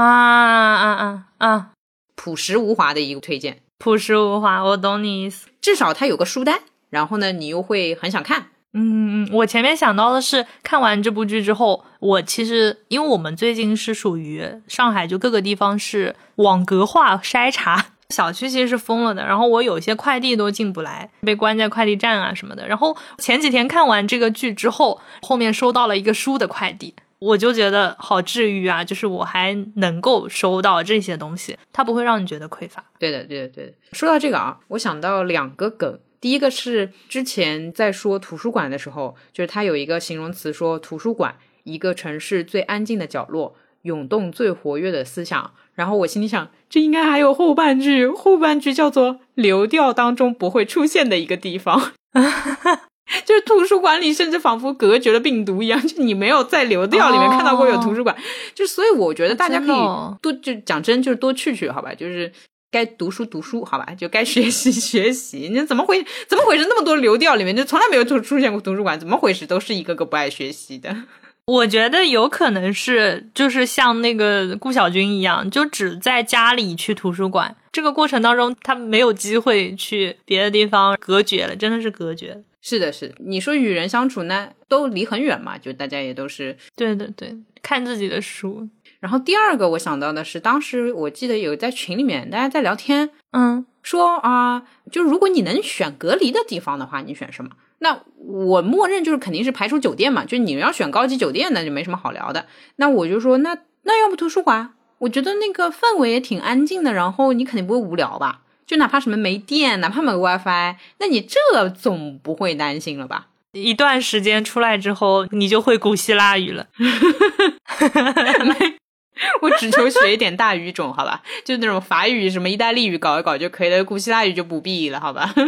朴实无华的一个推荐。 朴实无华，我懂你意思。 至少它有个书单，然后呢你又会很想看。 我前面想到的是看完这部剧之后，我其实因为我们最近是属于上海就各个地方是网格化筛查，小区其实是封了的，然后我有些快递都进不来，被关在快递站啊什么的。然后前几天看完这个剧之后，后面收到了一个书的快递，我就觉得好治愈啊，就是我还能够收到这些东西，它不会让你觉得匮乏。 对的。说到这个啊，我想到2个梗。第一个是之前在说图书馆的时候，就是它有一个形容词说图书馆一个城市最安静的角落，涌动最活跃的思想。然后我心里想，这应该还有后半句叫做流调当中不会出现的一个地方就是图书馆里甚至仿佛隔绝了病毒一样，就你没有在流调里面看到过有图书馆。就所以我觉得大家可以多就讲真就是多去好吧，就是该读书好吧，就该学习你怎么回事那么多流调里面就从来没有出现过图书馆，怎么回事，都是一个个不爱学习的。 我觉得有可能是就是像那个顾小军一样，就只在家里去图书馆，这个过程当中他没有机会去别的地方，隔绝了，真的是隔绝了。 是的，你说与人相处呢都离很远嘛，就大家也都是对，看自己的书。 然后第二个我想到的是，当时我记得有在群里面大家在聊天，说就如果你能选隔离的地方的话，你选什么？那我默认就是肯定是排除酒店嘛，就你要选高级酒店那就没什么好聊的。那我就说那要不图书馆，我觉得那个氛围也挺安静的，然后你肯定不会无聊吧，就哪怕什么没电，哪怕没有 WiFi， 那你这总不会担心了吧。 一段时间出来之后你就会古希腊语了我只求学一点大语种好吧，就那种法语什么意大利语搞一搞就可以了，古希腊语就不必了好吧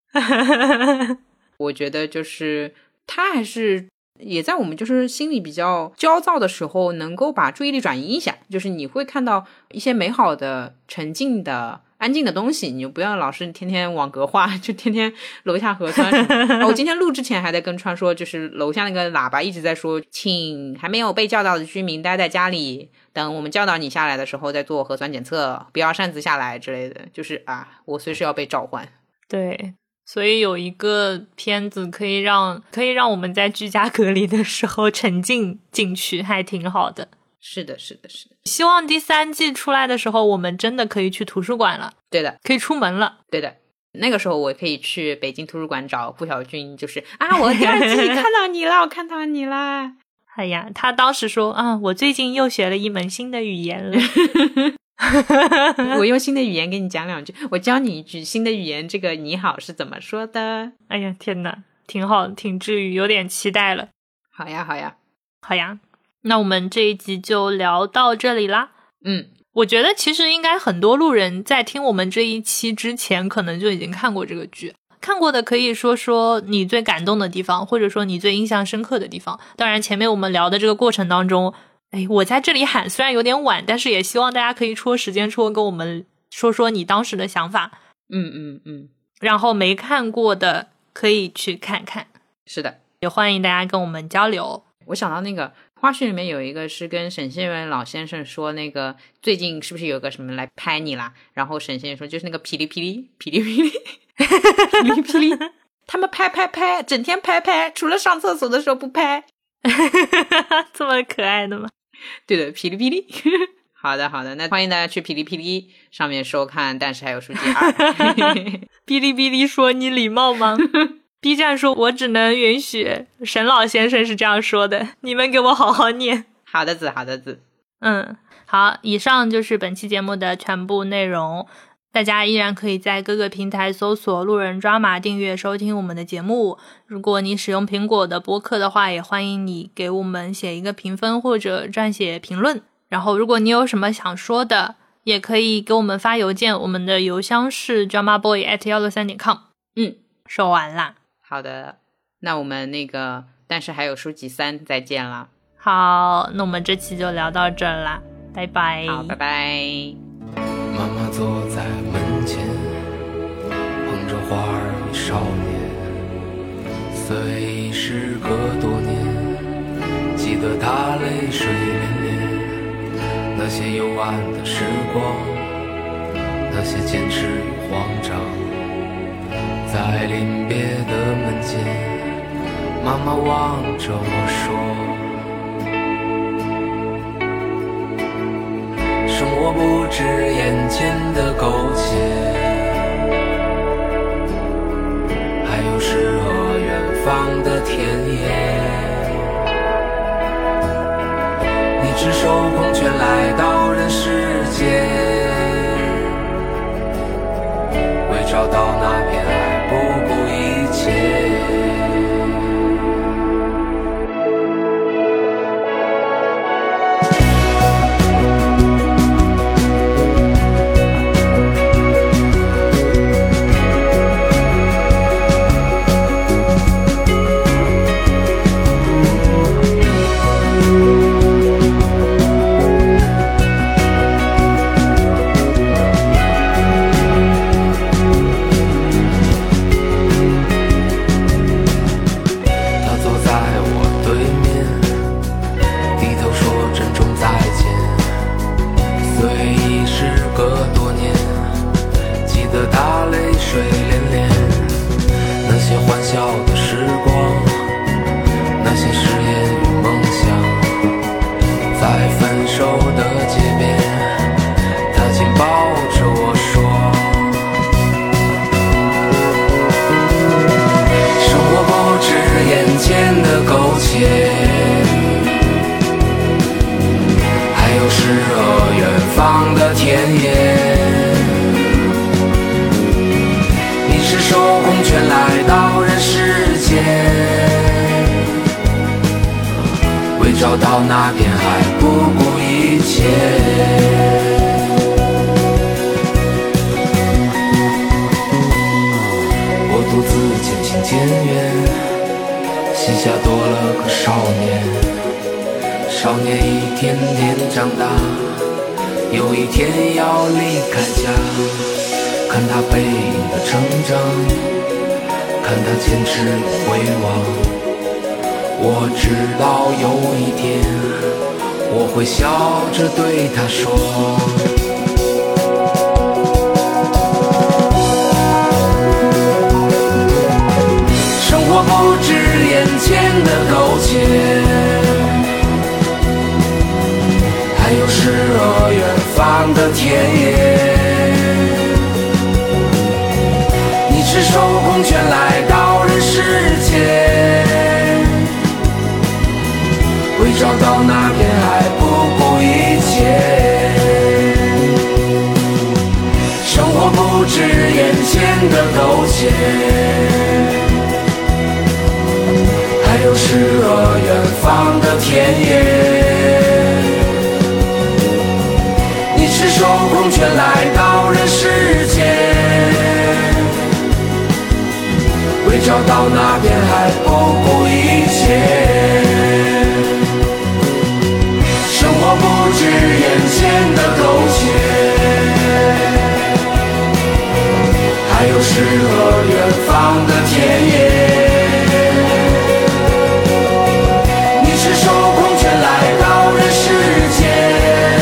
我觉得就是他还是也在我们就是心里比较焦躁的时候能够把注意力转移一下，就是你会看到一些美好的沉静的安静的东西，你就不要老是天天网格化，就天天楼下核酸什么我今天录之前还在跟川说，就是楼下那个喇叭一直在说请还没有被叫到的居民待在家里，等我们叫到你下来的时候再做核酸检测，不要擅自下来之类的，就是我随时要被召唤。 对，所以有一个片子可以让我们在居家隔离的时候沉浸进去，还挺好的。 是的。 希望第3季出来的时候我们真的可以去图书馆了。 对的， 可以出门了。 对的。 那个时候我可以去北京图书馆找顾晓军，就是我第2季看到你了，我看到你啦。 哎呀，他当时说我最近又学了一门新的语言了。 我用新的语言给你讲2句，我教你一句新的语言，这个你好是怎么说的。 哎呀天哪，挺好，挺治愈，有点期待了。 好呀好呀好呀，那我们这一集就聊到这里啦。我觉得其实应该很多路人在听我们这一期之前可能就已经看过这个剧，看过的可以说说你最感动的地方，或者说你最印象深刻的地方。当然前面我们聊的这个过程当中，我在这里喊虽然有点晚，但是也希望大家可以戳时间戳跟我们说说你当时的想法。然后没看过的可以去看看。 是的， 也欢迎大家跟我们交流。 我想到那个花絮里面有一个是跟沈先元老先生说，那个最近是不是有个什么来拍你啦，然后沈先生说就是那个霹雳霹雳霹雳霹雳霹雳霹雳，他们拍整天拍，除了上厕所的时候不拍。 这么可爱的吗？ 对的，霹雳霹雳。好的，那欢迎大家去霹雳霹雳上面收看，但是还有书籍2。 哔哩哔哩说你礼貌吗？B 站说我只能允许，沈老先生是这样说的，你们给我好好念。 好的字。 好，以上就是本期节目的全部内容。大家依然可以在各个平台搜索路人抓马订阅收听我们的节目。如果你使用苹果的播客的话，也欢迎你给我们写一个评分或者撰写评论。然后如果你有什么想说的，也可以给我们发邮件，我们的邮箱是 dramaboy@163.com。 说完啦。 好的，那我们那个但是还有书籍3再见啦。 好，那我们这期就聊到这儿啦，拜拜。 好，拜拜。 妈妈坐在门前，捧着花儿与少年，虽已时隔多年，记得她泪水涟涟，那些幽暗的时光，那些坚持与慌张。在临别的门前，妈妈望着我说，生活不止眼前的苟且，还有诗和远方的田野。你赤手空拳来到人世间，为找到那片爱不顾一切。找到那片海不顾一切。我独自渐行渐远，膝下多了个少年。少年一天天长大，有一天要离开家。看他背影的成长，看他坚持回望。我知道有一天，我会笑着对他说，生活不止眼前的苟且，还有诗和远方的田野。 空拳来到人世间，为找到那片海不顾一切。生活不止眼前的苟且，还有诗和远方的田野。你赤手空拳来到人世间，为找到那片海不顾一切。生活不止眼前的苟且，还有诗和远方的田野。你赤手空拳来到人世间，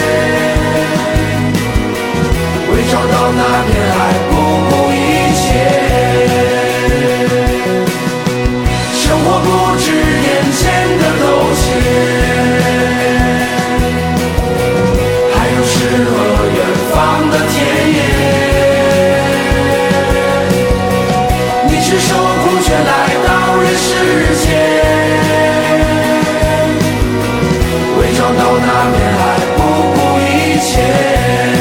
为找到那片海不顾一切。生活不止眼前的苟且，还有诗和远方的田野。你赤手空拳来到人世间，为找到那片海不顾一切。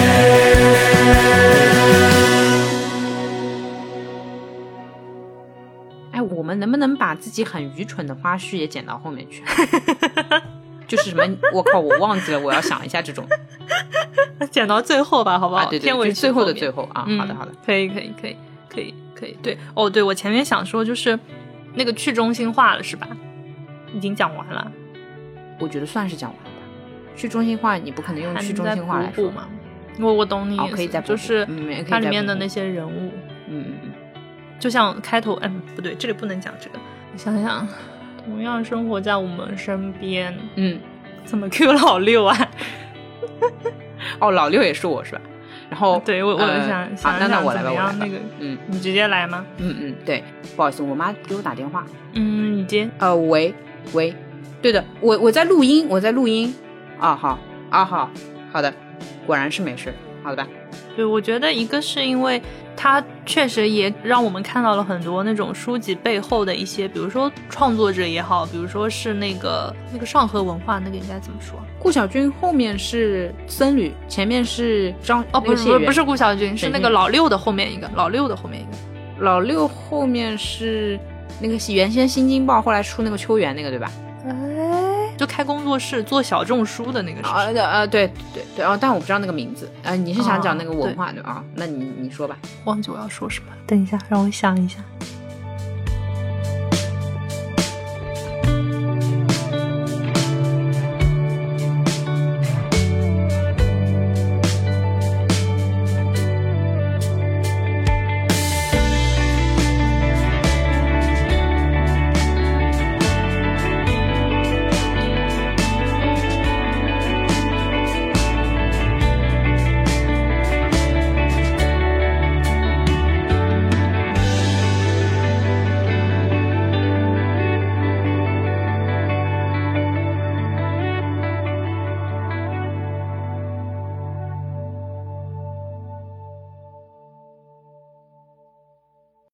我们能不能把自己很愚蠢的花絮也剪到后面去？就是什么，我靠，我忘记了，我要想一下这种， 剪到最后吧，好不好？ 对， 片尾最后的最后啊，好的， 可以，对，哦，对，我前面想说就是那个去中心化了，是吧？已经讲完了， 我觉得算是讲完了吧。去中心化，你不可能用去中心化来说嘛。我懂你意思， 可以再就是它里面的那些人物，就像开头，不对，这里不能讲这个。你想想，同样生活在我们身边，怎么 Q 老六啊？ 哦，老六也是我是吧？然后对我想那我来吧， 那个你直接来吗？ 对，不好意思，我妈给我打电话。 你接。 喂，对的，我在录音，啊，好的，果然是没事，好的吧？ 对，我觉得一个是因为它确实也让我们看到了很多那种书籍背后的一些，比如说创作者也好，比如说是那个上河文化，那个应该怎么说？ 顾小军后面是僧侣，前面是不是顾小军，是那个老六的后面一个，老六后面是那个原先新京报后来出那个秋元那个，对吧？就开工作室做小众书的那个是对但我不知道那个名字你是想讲那个文化的那你说吧。 忘记我要说什么，等一下让我想一下。